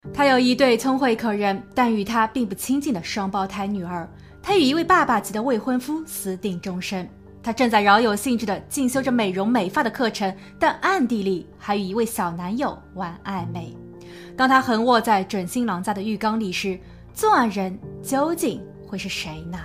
他有一对聪慧可人但与他并不亲近的双胞胎女儿，他与一位爸爸级的未婚夫私定终身，他正在饶有兴致地进修着美容美发的课程，但暗地里还与一位小男友玩暧昧。当他横卧在准新郎家的浴缸里时，作案人究竟会是谁呢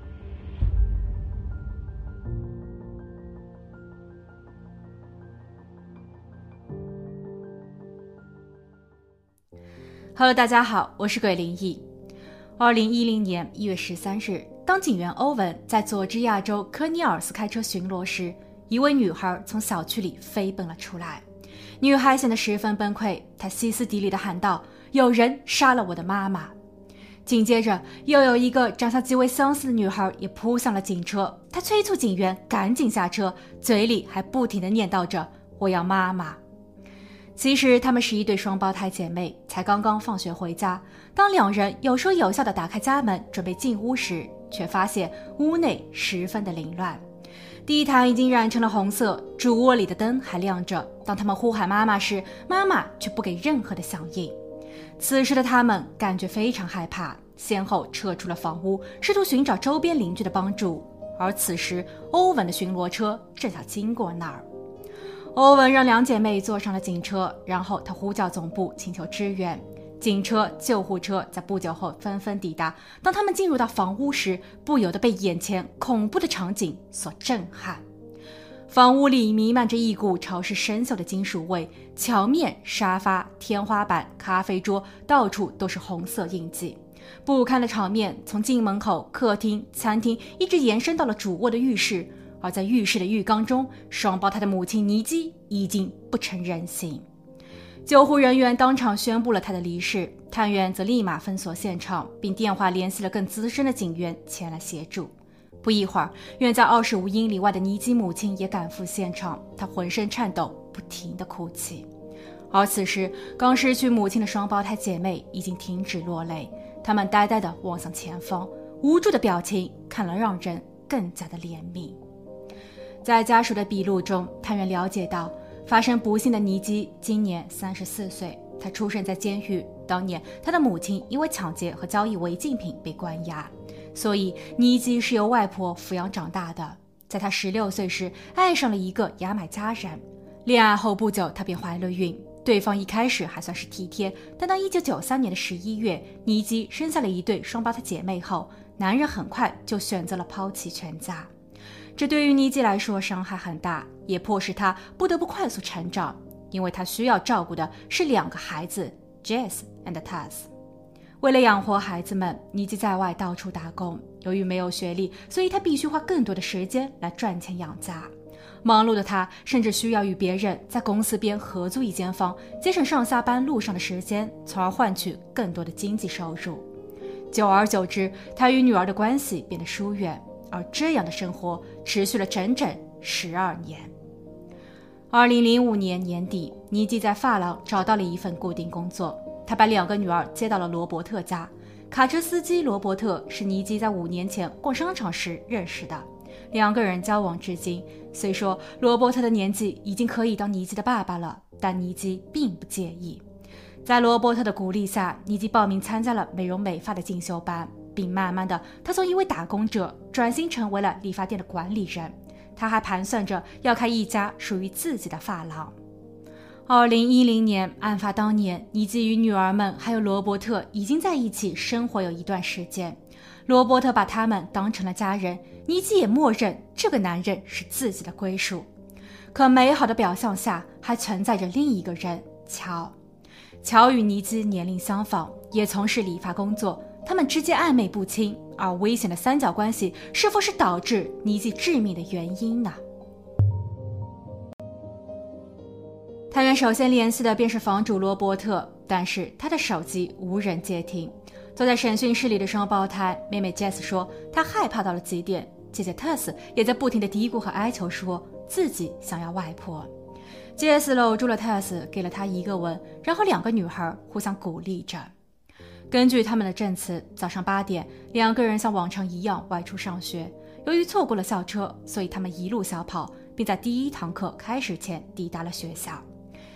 ？Hello， 大家好，我是鬼灵异。2010年1月13日，当警员欧文在佐治亚州科尼尔斯开车巡逻时，一位女孩从小区里飞奔了出来。女孩显得十分崩溃，她歇斯底里地喊道：“有人杀了我的妈妈！”紧接着，又有一个长相极为相似的女孩也扑向了警车，她催促警员赶紧下车，嘴里还不停地念叨着：“我要妈妈。”其实他们是一对双胞胎姐妹，才刚刚放学回家。当两人有说有笑地打开家门准备进屋时，却发现屋内十分的凌乱。地毯已经染成了红色，主卧里的灯还亮着。当他们呼喊妈妈时，妈妈却不给任何的响应。此时的他们感觉非常害怕，先后撤出了房屋，试图寻找周边邻居的帮助。而此时欧文的巡逻车正要经过那儿。欧文让两姐妹坐上了警车，然后他呼叫总部请求支援。警车、救护车在不久后纷纷抵达。当他们进入到房屋时，不由得被眼前恐怖的场景所震撼。房屋里弥漫着一股潮湿生锈的金属味，墙面、沙发、天花板、咖啡桌到处都是红色印记。不堪的场面从进门口、客厅、餐厅一直延伸到了主卧的浴室。而在浴室的浴缸中，双胞胎的母亲妮基已经不成人形。救护人员当场宣布了她的离世，探员则立马封锁现场，并电话联系了更资深的警员前来协助。不一会儿，远在25英里外的妮基母亲也赶赴现场，她浑身颤抖，不停地哭泣。而此时，刚失去母亲的双胞胎姐妹已经停止落泪，她们呆呆地望向前方，无助的表情看了让人更加的怜悯。在家属的笔录中，探员了解到，发生不幸的妮基今年34岁，她出生在监狱。当年她的母亲因为抢劫和交易违禁品被关押，所以妮基是由外婆抚养长大的。在她16岁时，爱上了一个牙买加人，恋爱后不久，她便怀了孕。对方一开始还算是体贴，但到1993年的11月，妮基生下了一对双胞胎姐妹后，男人很快就选择了抛弃全家。这对于妮基来说伤害很大，也迫使她不得不快速成长，因为她需要照顾的是2个孩子 Jess and Tess。 为了养活孩子们，妮基在外到处打工。由于没有学历，所以她必须花更多的时间来赚钱养家。忙碌的她甚至需要与别人在公司边合租一间房，节省上下班路上的时间，从而换取更多的经济收入。久而久之，她与女儿的关系变得疏远，而这样的生活持续了整整12年。2005年年底，妮基在发廊找到了一份固定工作，她把2个女儿接到了罗伯特家。卡车司机罗伯特是妮基在5年前逛商场时认识的，2个人交往至今。虽说罗伯特的年纪已经可以当妮基的爸爸了，但妮基并不介意。在罗伯特的鼓励下，妮基报名参加了美容美发的进修班，并慢慢的，他从一位打工者转型成为了理发店的管理人。他还盘算着要开一家属于自己的发廊。2010年，案发当年，妮基与女儿们还有罗伯特已经在一起生活有一段时间。罗伯特把他们当成了家人，妮基也默认这个男人是自己的归属。可美好的表象下，还存在着另一个人乔。乔与妮基年龄相仿，也从事理发工作，他们之间暧昧不清，而危险的三角关系是否是导致妮基致命的原因呢？探员首先联系的便是房主罗伯特，但是他的手机无人接听。坐在审讯室里的双胞胎妹妹 Jess 说，她害怕到了极点。姐姐 Tess 也在不停地嘀咕和哀求，说自己想要外婆。Jess 搂住了 Tess， 给了她一个吻，然后2个女孩互相鼓励着。根据他们的证词，早上8点，2个人像往常一样外出上学。由于错过了校车，所以他们一路小跑，并在第1堂课开始前抵达了学校。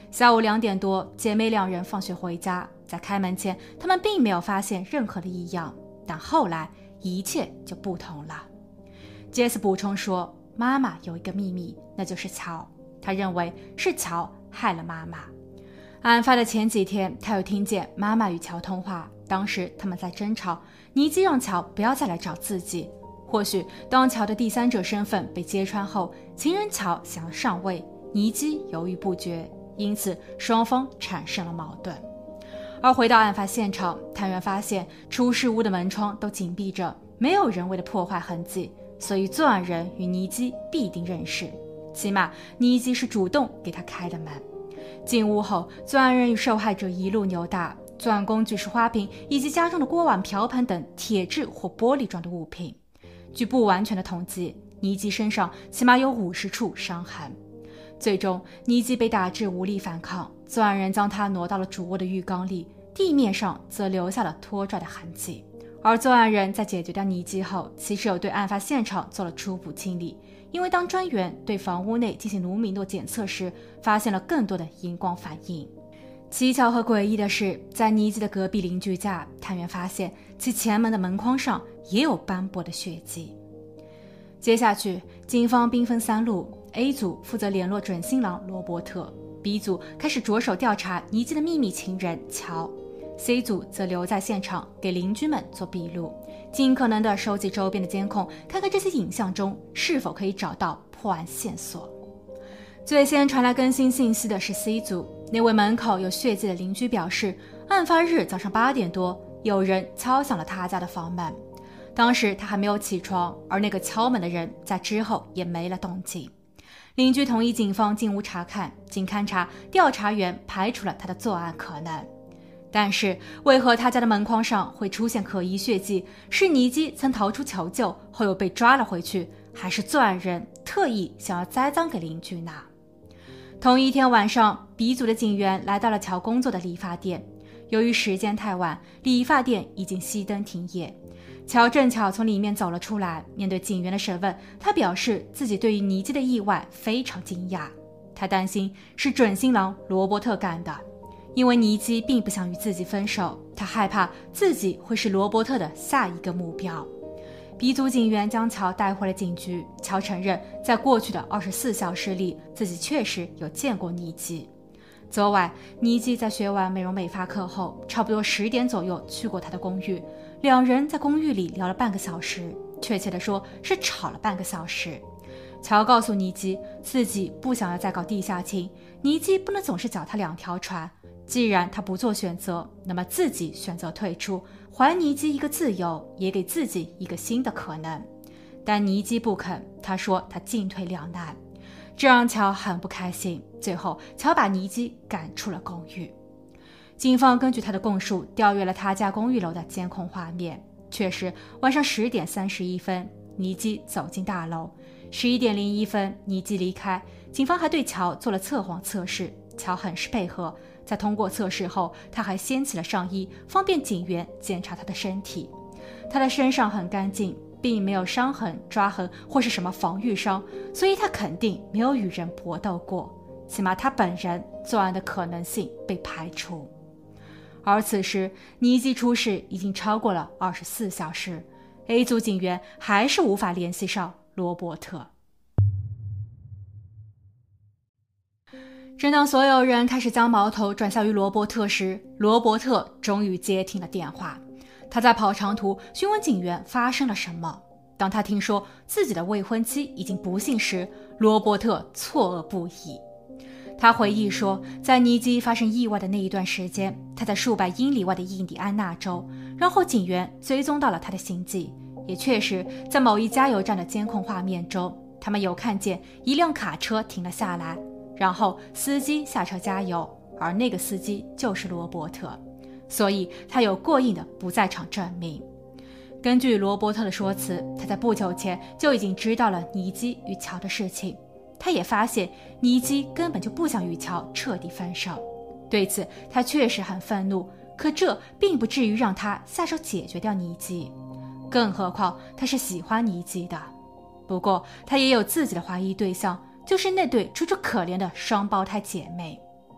下午2点多，姐妹2人放学回家，在开门前，她们并没有发现任何的异样，但后来一切就不同了。杰斯补充说，妈妈有一个秘密，那就是乔，他认为是乔害了妈妈。案发的前几天，他有听见妈妈与乔通话，当时他们在争吵，尼基让乔不要再来找自己。或许当乔的第三者身份被揭穿后，情人乔想要上位，尼基犹豫不决，因此双方产生了矛盾。而回到案发现场，探员发现出事屋的门窗都紧闭着，没有人为的破坏痕迹，所以作案人与尼基必定认识，起码尼基是主动给他开的门。进屋后，作案人与受害者一路扭打，作案工具是花瓶以及家中的锅碗瓢盆等铁质或玻璃状的物品。据不完全的统计，尼基身上起码有50处伤痕。最终，尼基被打至无力反抗，作案人将他挪到了主卧的浴缸里，地面上则留下了拖拽的痕迹。而作案人在解决掉尼基后，其实有对案发现场做了初步清理，因为当专员对房屋内进行卢米诺检测时，发现了更多的荧光反应。蹊跷和诡异的是，在尼基的隔壁邻居家，探员发现其前门的门框上也有斑驳的血迹。接下去，警方兵分3路， A 组负责联络准新郎罗伯特， B 组开始着手调查尼基的秘密情人乔， C 组则留在现场给邻居们做笔录，尽可能地收集周边的监控，看看这些影像中是否可以找到破案线索。最先传来更新信息的是 C 组，那位门口有血迹的邻居表示，案发日早上8点多，有人敲响了他家的房门。当时他还没有起床，而那个敲门的人在之后也没了动静。邻居同意警方进屋查看，经勘查，调查员排除了他的作案可能。但是为何他家的门框上会出现可疑血迹？是尼基曾逃出求救后又被抓了回去，还是作案人特意想要栽赃给邻居呢？同一天晚上， B 组的警员来到了乔工作的理发店，由于时间太晚，理发店已经熄灯停业。乔正巧从里面走了出来，面对警员的审问，他表示自己对于尼基的意外非常惊讶，他担心是准新郎罗伯特干的，因为尼基并不想与自己分手，他害怕自己会是罗伯特的下一个目标。B 组警员将乔带回了警局，乔承认在过去的24小时里，自己确实有见过尼基。昨晚，尼基在学完美容美发课后，差不多10点左右去过他的公寓，2人在公寓里聊了半个小时，确切的说是吵了半个小时。乔告诉尼基，自己不想要再搞地下情，尼基不能总是脚踏2条船，既然他不做选择，那么自己选择退出，还尼基一个自由，也给自己一个新的可能。但尼基不肯，他说他进退两难，这让乔很不开心。最后，乔把尼基赶出了公寓。警方根据他的供述，调阅了他家公寓楼的监控画面，确实，晚上10点31分，尼基走进大楼；11点01分，尼基离开。警方还对乔做了测谎测试，乔很是配合。在通过测试后，他还掀起了上衣，方便警员检查他的身体。他的身上很干净，并没有伤痕、抓痕或是什么防御伤，所以他肯定没有与人搏斗过，起码他本人作案的可能性被排除。而此时，尼基出事已经超过了24小时 ，A 组警员还是无法联系上罗伯特。正当所有人开始将矛头转向于罗伯特时，罗伯特终于接听了电话。他在跑长途询问警员发生了什么。当他听说自己的未婚妻已经不幸时，罗伯特错愕不已。他回忆说，在尼基发生意外的那一段时间，他在数百英里外的印第安纳州，然后警员追踪到了他的行迹，也确实在某一加油站的监控画面中，他们有看见一辆卡车停了下来，然后司机下车加油，而那个司机就是罗伯特，所以他有过硬的不在场证明。根据罗伯特的说辞，他在不久前就已经知道了尼基与乔的事情，他也发现尼基根本就不想与乔彻底分手。对此他确实很愤怒，可这并不至于让他下手解决掉尼基，更何况他是喜欢尼基的。不过他也有自己的怀疑对象，就是那对楚楚可怜的双胞胎姐妹。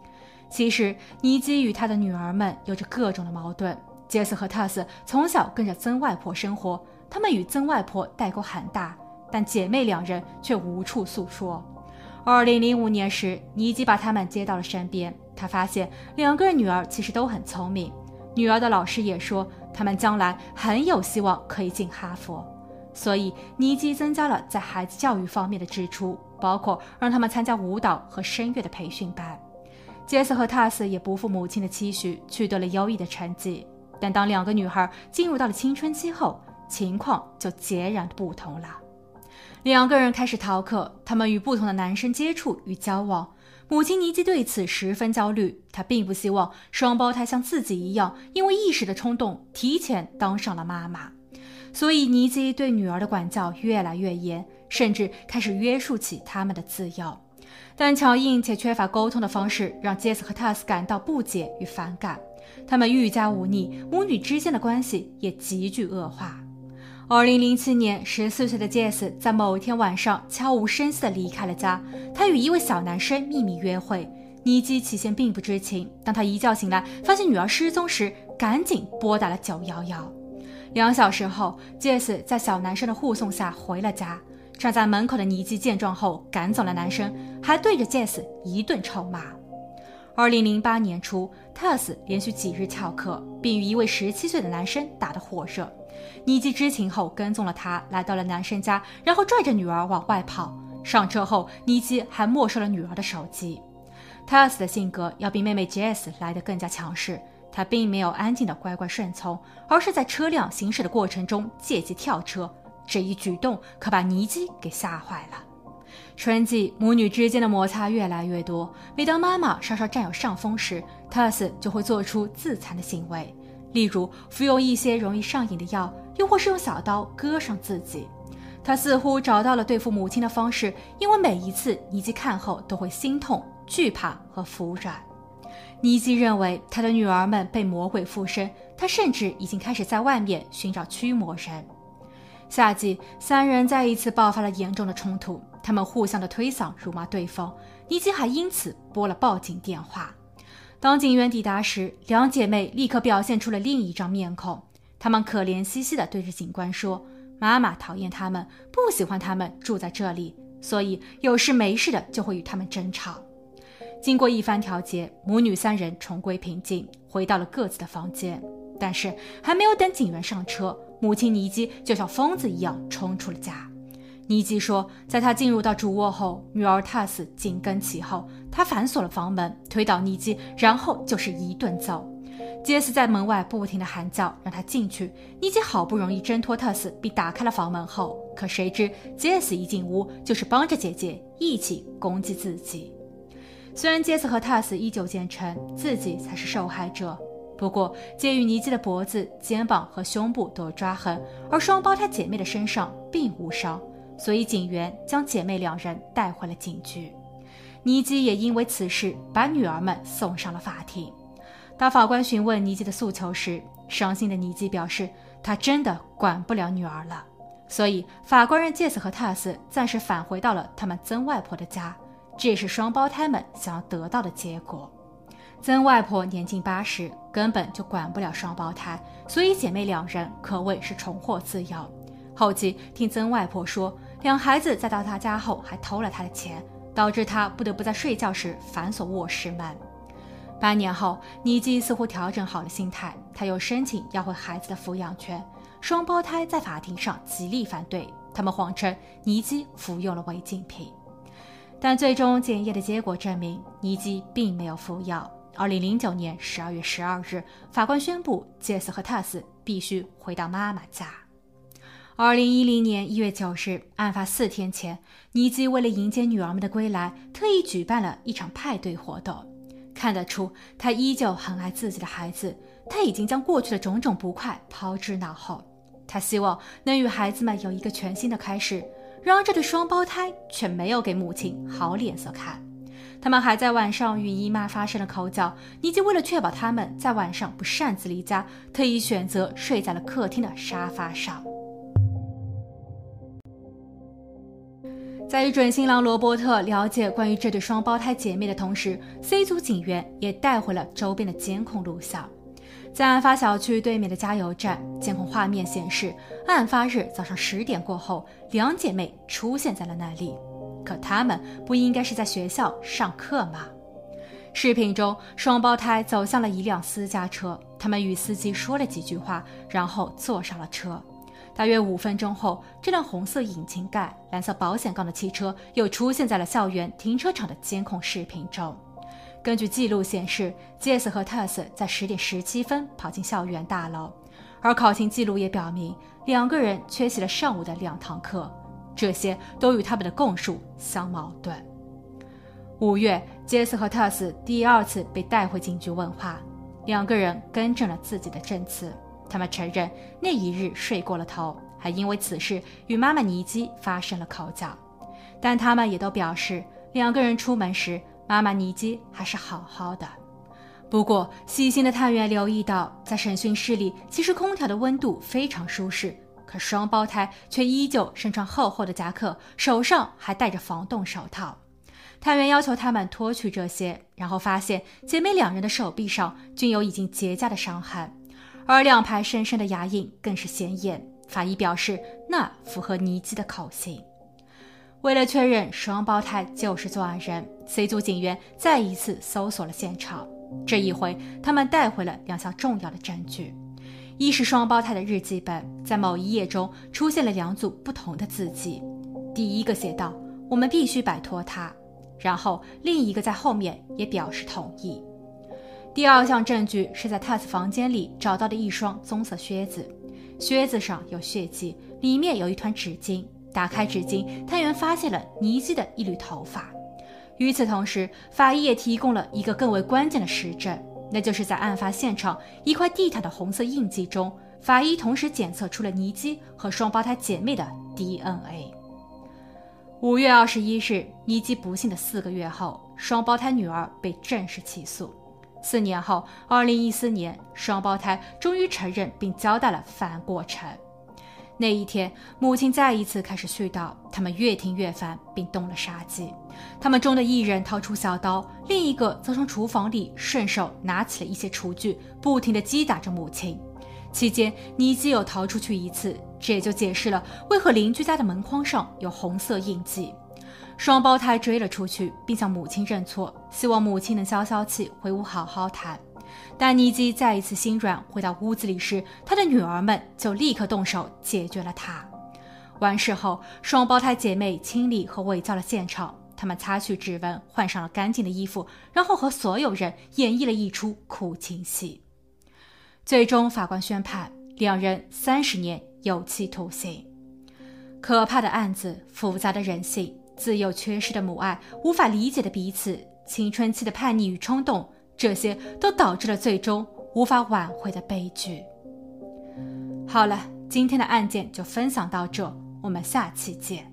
其实尼基与他的女儿们有着各种的矛盾。杰斯和特斯从小跟着曾外婆生活，他们与曾外婆代沟很大，但姐妹两人却无处诉说。2005年时，尼基把他们接到了身边，他发现两个女儿其实都很聪明，女儿的老师也说他们将来很有希望可以进哈佛。所以尼基增加了在孩子教育方面的支出，包括让他们参加舞蹈和声乐的培训班。杰斯和塔斯也不负母亲的期许，取得了优异的成绩。但当两个女孩进入到了青春期后，情况就截然不同了。两个人开始逃课，他们与不同的男生接触与交往。母亲尼基对此十分焦虑，她并不希望双胞胎像自己一样，因为一时的冲动提前当上了妈妈。所以尼基对女儿的管教越来越严，甚至开始约束起他们的自由。但强硬且缺乏沟通的方式让杰斯和塔斯感到不解与反感，他们愈加忤逆，母女之间的关系也急剧恶化。2007年，14岁的杰斯在某一天晚上悄无声息地离开了家，他与一位小男生秘密约会。尼基起先并不知情，当他一觉醒来发现女儿失踪时，赶紧拨打了911。2小时后，杰斯在小男生的护送下回了家。站在门口的尼基见状后赶走了男生，还对着杰斯一顿臭骂。2008年初，特斯连续几日翘课，并与一位17岁的男生打得火热。尼基知情后跟踪了他，来到了男生家，然后拽着女儿往外跑。上车后，尼基还没收了女儿的手机。特斯的性格要比妹妹杰斯来得更加强势，他并没有安静的乖乖顺从，而是在车辆行驶的过程中借机跳车。这一举动可把尼基给吓坏了。春季，母女之间的摩擦越来越多。每当妈妈稍稍占有上风时，特斯就会做出自残的行为，例如服用一些容易上瘾的药，又或是用小刀割伤自己。他似乎找到了对付母亲的方式，因为每一次尼基看后都会心痛、惧怕和服软。尼基认为他的女儿们被魔鬼附身，他甚至已经开始在外面寻找驱魔人。夏季，3人再一次爆发了严重的冲突，他们互相的推搡、辱骂对方。尼基还因此拨了报警电话。当警员抵达时，两姐妹立刻表现出了另一张面孔。她们可怜兮兮地对着警官说：“妈妈讨厌他们，不喜欢他们住在这里，所以有事没事的就会与他们争吵。”经过一番调解，母女3人重归平静，回到了各自的房间。但是还没有等警员上车，母亲尼基就像疯子一样冲出了家。尼基说，在他进入到主卧后，女儿塔斯紧跟其后，他反锁了房门，推倒尼基，然后就是一顿揍。杰斯在门外不停地喊叫，让他进去。尼基好不容易挣脱特斯，并打开了房门后，可谁知杰斯一进屋就是帮着姐姐一起攻击自己。虽然杰斯和特斯依旧坚称自己才是受害者，不过介于尼基的脖子、肩膀和胸部都有抓痕，而双胞胎姐妹的身上并无伤，所以警员将姐妹2人带回了警局。尼基也因为此事把女儿们送上了法庭。当法官询问尼基的诉求时，伤心的尼基表示他真的管不了女儿了，所以法官让杰斯和塔斯暂时返回到了他们曾外婆的家，这也是双胞胎们想要得到的结果。曾外婆年近80，根本就管不了双胞胎，所以姐妹2人可谓是重获自由。后期听曾外婆说，两孩子在到她家后还偷了她的钱，导致她不得不在睡觉时反锁卧室门。8年后，尼基似乎调整好了心态，他又申请要回孩子的抚养权。双胞胎在法庭上极力反对，他们谎称尼基服用了违禁品。但最终检验的结果证明，尼基并没有服药。2009年12月12日，法官宣布杰斯和塔斯必须回到妈妈家。2010年1月9日，案发4天前，尼基为了迎接女儿们的归来，特意举办了一场派对活动。看得出，他依旧很爱自己的孩子，他已经将过去的种种不快抛之脑后。他希望能与孩子们有一个全新的开始，然而这对双胞胎却没有给母亲好脸色看。他们还在晚上与姨妈发生了口角，尼基为了确保他们在晚上不擅自离家，特意选择睡在了客厅的沙发上。 在与准新郎罗伯特了解关于这对双胞胎姐妹的同时， C 组警员也带回了周边的监控录像。在案发小区对面的加油站，监控画面显示，案发日早上10点过后，两姐妹出现在了那里。可她们不应该是在学校上课吗？视频中，双胞胎走向了一辆私家车，他们与司机说了几句话，然后坐上了车。大约5分钟后，这辆红色引擎盖、蓝色保险杠的汽车又出现在了校园停车场的监控视频中。根据记录显示，杰斯和特斯在10点17分跑进校园大楼，而考勤记录也表明两个人缺席了上午的2堂课，这些都与他们的供述相矛盾。5月，杰斯和特斯第2次被带回警局问话，两个人更正了自己的证词。他们承认那一日睡过了头，还因为此事与妈妈尼基发生了口角，但他们也都表示两个人出门时妈妈尼基还是好好的。不过细心的探员留意到，在审讯室里其实空调的温度非常舒适，可双胞胎却依旧身穿厚厚的夹克，手上还戴着防冻手套。探员要求他们脱去这些，然后发现姐妹两人的手臂上均有已经结痂的伤痕，而2排深深的牙印更是显眼。法医表示，那符合尼基的口型。为了确认双胞胎就是作案人， C 组警员再一次搜索了现场。这一回，他们带回了2项重要的证据。一是双胞胎的日记本，在某一页中出现了2组不同的字迹。第一个写道：“我们必须摆脱他。”然后另一个在后面也表示同意。第2项证据是在特斯房间里找到的一双棕色靴子，靴子上有血迹，里面有一团纸巾。打开纸巾，探员发现了尼基的一缕头发。与此同时，法医也提供了一个更为关键的实证，那就是在案发现场一块地毯的红色印记中，法医同时检测出了尼基和双胞胎姐妹的 DNA。5月21日，尼基不幸的4个月后，双胞胎女儿被正式起诉。4年后，2014年，双胞胎终于承认并交代了犯案过程。那一天，母亲再一次开始絮叨，他们越听越烦，并动了杀机。他们中的一人掏出小刀，另一个则从厨房里顺手拿起了一些厨具，不停地击打着母亲。期间，尼基有逃出去一次，这也就解释了为何邻居家的门框上有红色印记。双胞胎追了出去，并向母亲认错，希望母亲能消消气，回屋好好谈。但尼基再一次心软，回到屋子里时，他的女儿们就立刻动手解决了他。完事后，双胞胎姐妹清理和伪造了现场，她们擦去指纹，换上了干净的衣服，然后和所有人演绎了一出苦情戏。最终，法官宣判两人30年有期徒刑。可怕的案子，复杂的人性，自幼缺失的母爱，无法理解的彼此，青春期的叛逆与冲动，这些都导致了最终无法挽回的悲剧。好了，今天的案件就分享到这，我们下期见。